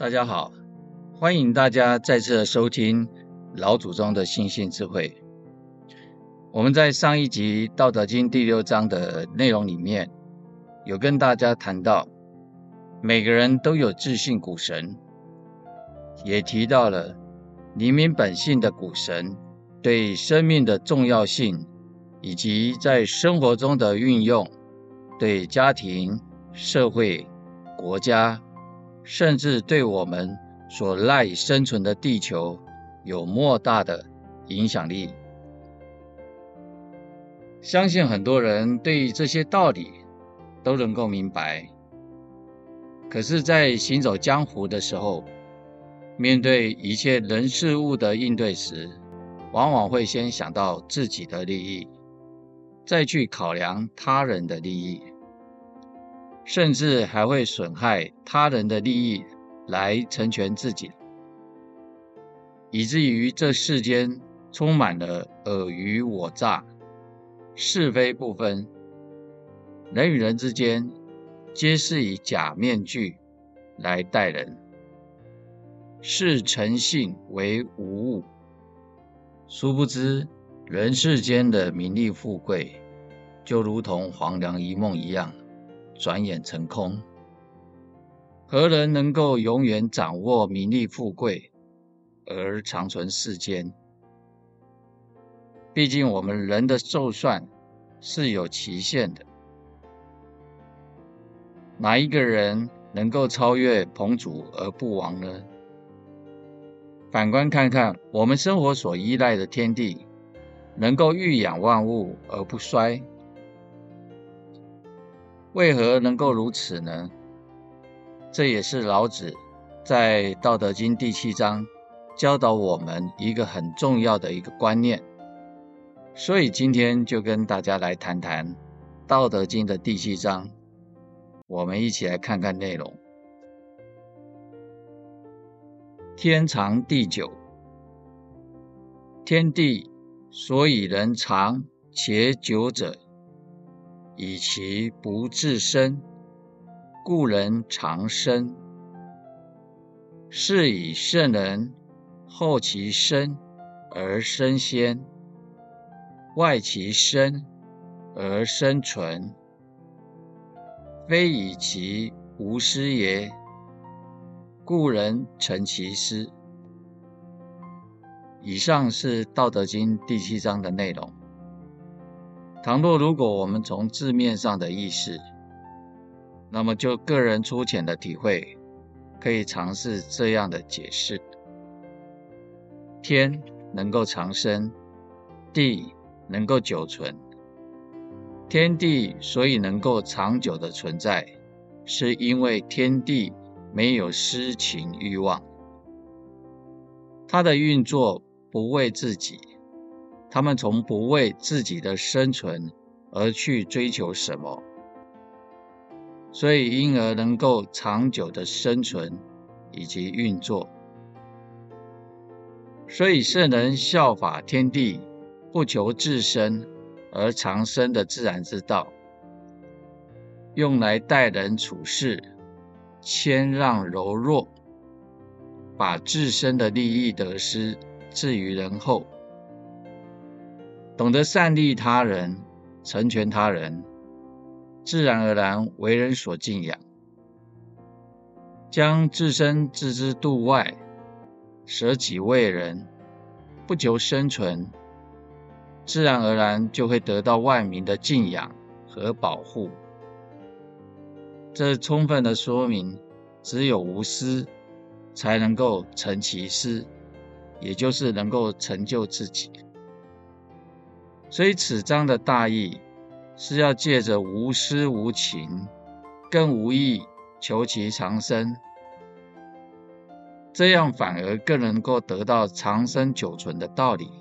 大家好，欢迎大家再次的收听老祖宗的心性智慧。我们在上一集《道德经》第6章的内容里面，有跟大家谈到每个人都有自性股神，也提到了黎明本性的股神对生命的重要性，以及在生活中的运用，对家庭、社会、国家，甚至对我们所赖以生存的地球有莫大的影响力。相信很多人对这些道理都能够明白，可是在行走江湖的时候，面对一切人事物的应对时，往往会先想到自己的利益，再去考量他人的利益，甚至还会损害他人的利益来成全自己，以至于这世间充满了尔虞我诈、是非不分，人与人之间皆是以假面具来待人，视诚信为无物。殊不知人世间的名利富贵就如同黄粱一梦一样，转眼成空。何人能够永远掌握名利富贵而长存世间？毕竟我们人的寿算是有期限的，哪一个人能够超越彭祖而不亡呢？反观看看我们生活所依赖的天地，能够育养万物而不衰，为何能够如此呢？这也是老子在《道德经》第7章教导我们一个很重要的一个观念。所以今天就跟大家来谈谈《道德经》的第7章，我们一起来看看内容。天长地久，天地所以人长且久者，以其不自生，故人长生。是以圣人后其生而生先，外其身而生存，非以其无私也，故人成其私。以上是《道德经》第7章的内容。倘若如果我们从字面上的意思，那么就个人粗浅的体会，可以尝试这样的解释：天能够长生，地能够久存。天地所以能够长久的存在，是因为天地没有私情欲望，它的运作不为自己，他们从不为自己的生存而去追求什么，所以因而能够长久的生存以及运作。所以圣人效法天地，不求自身而长生的自然之道，用来待人处事，谦让柔弱，把自身的利益得失置于人后，懂得善利他人，成全他人，自然而然为人所敬仰。将自身置之度外，舍己为人，不求生存，自然而然就会得到万民的敬仰和保护。这充分的说明，只有无私才能够成其私，也就是能够成就自己。所以此章的大意是要借着无私无情，更无意求其长生，这样反而更能够得到长生久存的道理。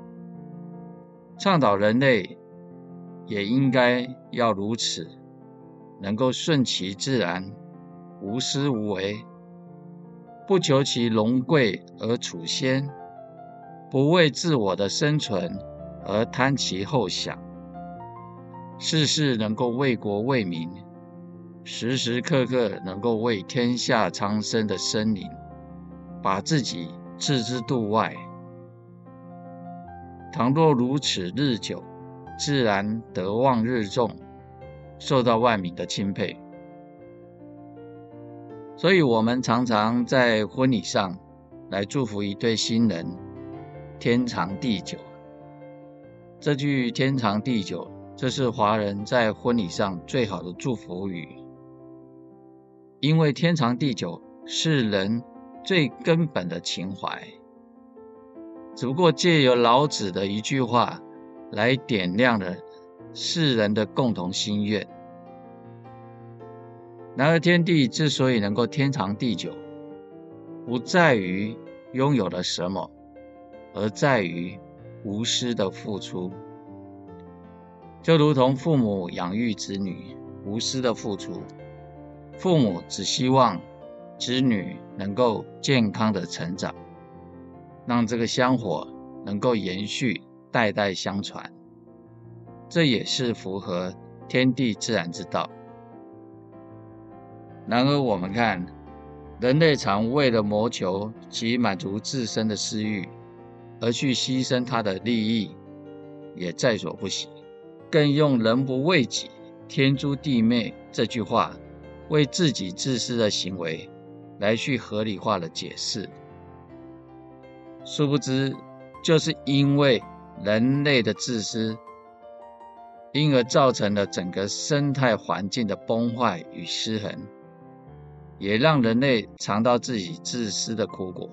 倡导人类也应该要如此，能够顺其自然，无私无为，不求其荣贵而处先，不为自我的生存而贪其后享，事事能够为国为民， 时时刻刻能够为天下苍生的生灵，把自己置之度外。倘若如此日久，自然德望日重，受到万民的钦佩。所以我们常常在婚礼上来祝福一对新人天长地久。这句天长地久，这是华人在婚礼上最好的祝福语。因为天长地久是人最根本的情怀，只不过借由老子的一句话来点亮了世人的共同心愿。然而天地之所以能够天长地久，不在于拥有了什么，而在于无私的付出。就如同父母养育子女，无私的付出，父母只希望子女能够健康的成长，让这个香火能够延续，代代相传，这也是符合天地自然之道。然而我们看，人类常为了谋求及满足自身的私欲，而去牺牲他的利益，也在所不惜。更用人不为己，天诛地灭这句话，为自己自私的行为来去合理化的解释。殊不知，就是因为人类的自私，因而造成了整个生态环境的崩坏与失衡，也让人类尝到自己自私的苦果。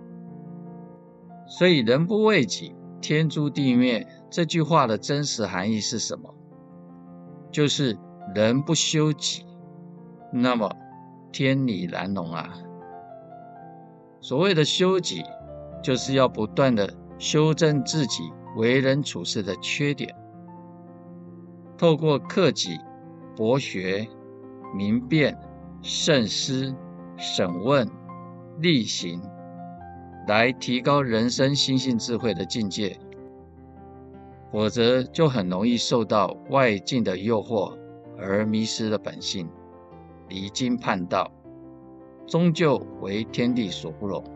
所以人不为己，天诛地灭这句话的真实含义是什么？就是人不修己，那么天理难容啊。所谓的修己，就是要不断的修正自己为人处事的缺点，透过克己、博学、明辨、慎思、审问、力行，来提高人生心性智慧的境界。否则就很容易受到外境的诱惑而迷失了本性，离经叛道，终究为天地所不容。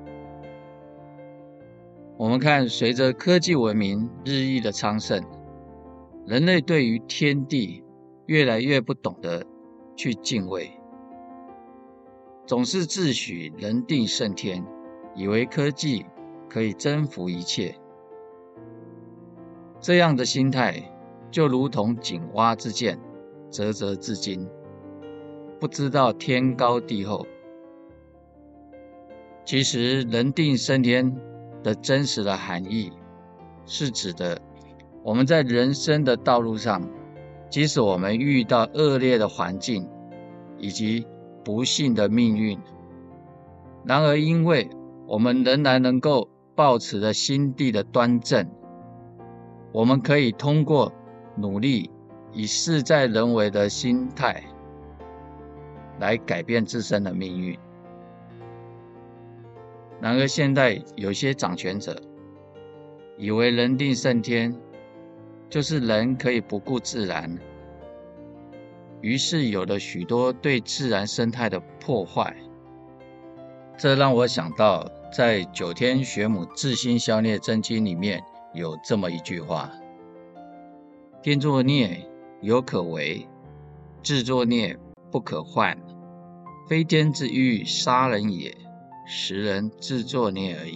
我们看，随着科技文明日益的昌盛，人类对于天地越来越不懂得去敬畏，总是自诩人定胜天，以为科技可以征服一切。这样的心态就如同井蛙之见，啧啧自惊，不知道天高地厚。其实人定胜天的真实的含义，是指的我们在人生的道路上，即使我们遇到恶劣的环境以及不幸的命运，然而因为我们仍然能够抱持着心地的端正，我们可以通过努力以事在人为的心态来改变自身的命运。然而现在有些掌权者以为人定胜天，就是人可以不顾自然，于是有了许多对自然生态的破坏。这让我想到在九天玄母自心消孽真经里面有这么一句话：天作孽有可为，自作孽不可换，非天之欲杀人也，实人自作孽而已。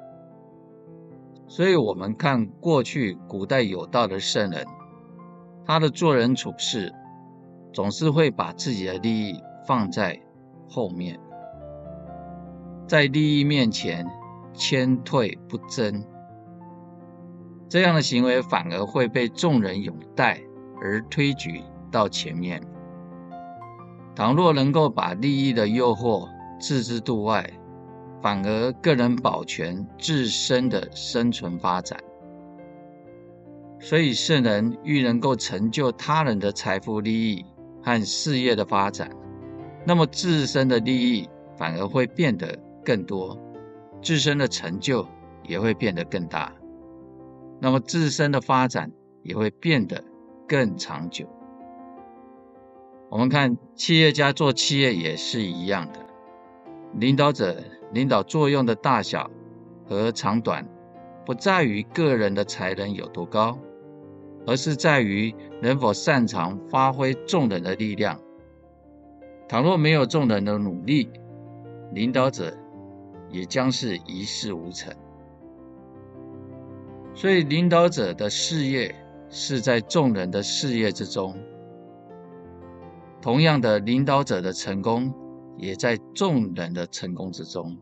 所以我们看过去古代有道的圣人，他的做人处事总是会把自己的利益放在后面，在利益面前谦退不争，这样的行为反而会被众人拥戴而推举到前面。倘若能够把利益的诱惑置之度外，反而更能保全自身的生存发展。所以圣人欲能够成就他人的财富利益和事业的发展，那么自身的利益反而会变得更多，自身的成就也会变得更大，那么自身的发展也会变得更长久。 我们看企业家做企业也是一样的，领导者领导作用的大小和长短，不在于个人的才能有多高，而是在于能否擅长发挥众人的力量。倘若没有众人的努力，领导者也将是一事无成。所以领导者的事业是在众人的事业之中，同样的，领导者的成功也在众人的成功之中。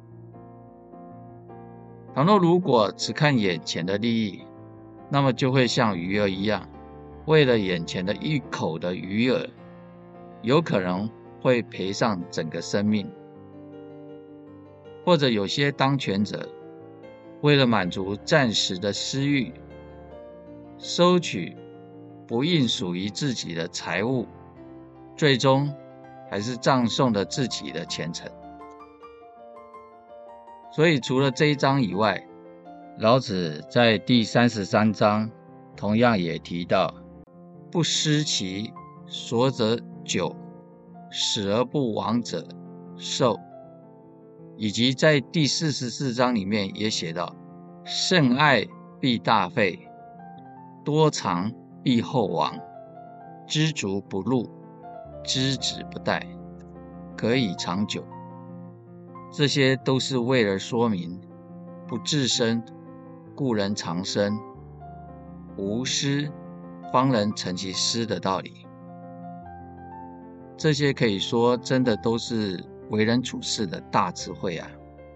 倘若如果只看眼前的利益，那么就会像鱼儿一样，为了眼前的一口的鱼饵，有可能会赔上整个生命。或者有些当权者为了满足暂时的私欲，收取不应属于自己的财物，最终还是葬送了自己的前程。所以除了这一章以外，老子在第33章同样也提到，不失其所者久，死而不亡者寿，以及在第44章里面也写到，甚爱必大费，多藏必后亡，知足不禄，知止不殆，可以长久。这些都是为了说明不自生，故人常生，无私方能成其私的道理。这些可以说真的都是为人处事的大智慧啊！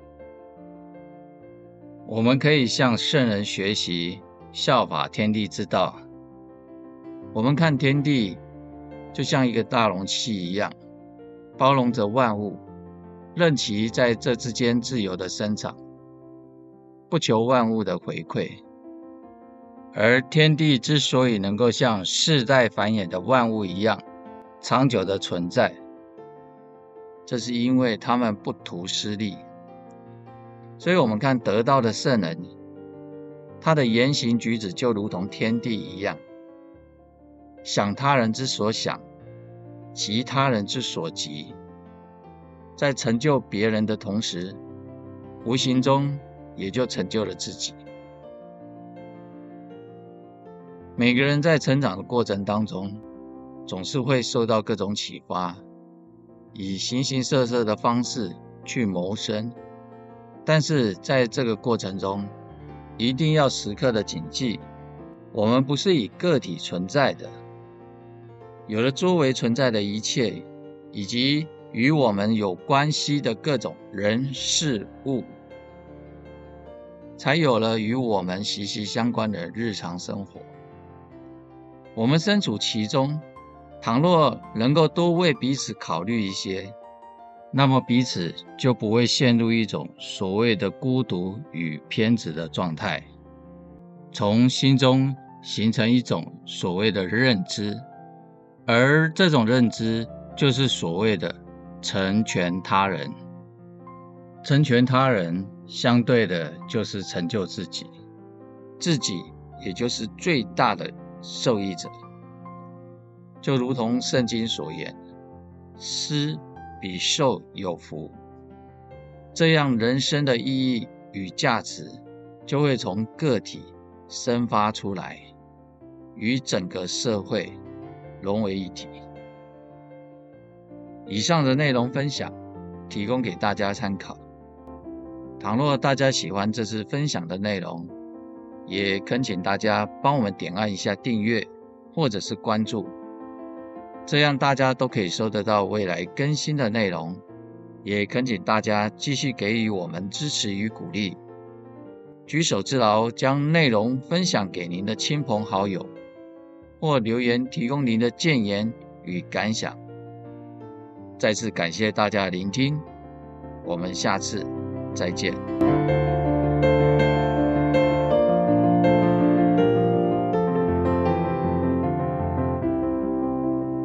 我们可以向圣人学习，效法天地之道。我们看天地就像一个大容器一样，包容着万物，任其在这之间自由的生长，不求万物的回馈。而天地之所以能够像世代繁衍的万物一样长久的存在，这是因为他们不图私利。所以我们看得道的圣人，他的言行举止就如同天地一样，想他人之所想，急他人之所急，在成就别人的同时，无形中也就成就了自己。每个人在成长的过程当中，总是会受到各种启发，以形形色色的方式去谋生。但是在这个过程中，一定要时刻的谨记，我们不是以个体存在的，有了周围存在的一切，以及与我们有关系的各种人事物，才有了与我们息息相关的日常生活。我们身处其中，倘若能够多为彼此考虑一些，那么彼此就不会陷入一种所谓的孤独与偏执的状态，从心中形成一种所谓的认知，而这种认知就是所谓的成全他人。成全他人相对的就是成就自己，自己也就是最大的受益者。就如同圣经所言，施比受有福，这样人生的意义与价值就会从个体生发出来，与整个社会融为一体。以上的内容分享提供给大家参考。倘若大家喜欢这次分享的内容，也恳请大家帮我们点按一下订阅或者是关注，这样大家都可以收得到未来更新的内容。也恳请大家继续给予我们支持与鼓励，举手之劳将内容分享给您的亲朋好友，或留言提供您的建言与感想。再次感谢大家的聆听，我们下次再见。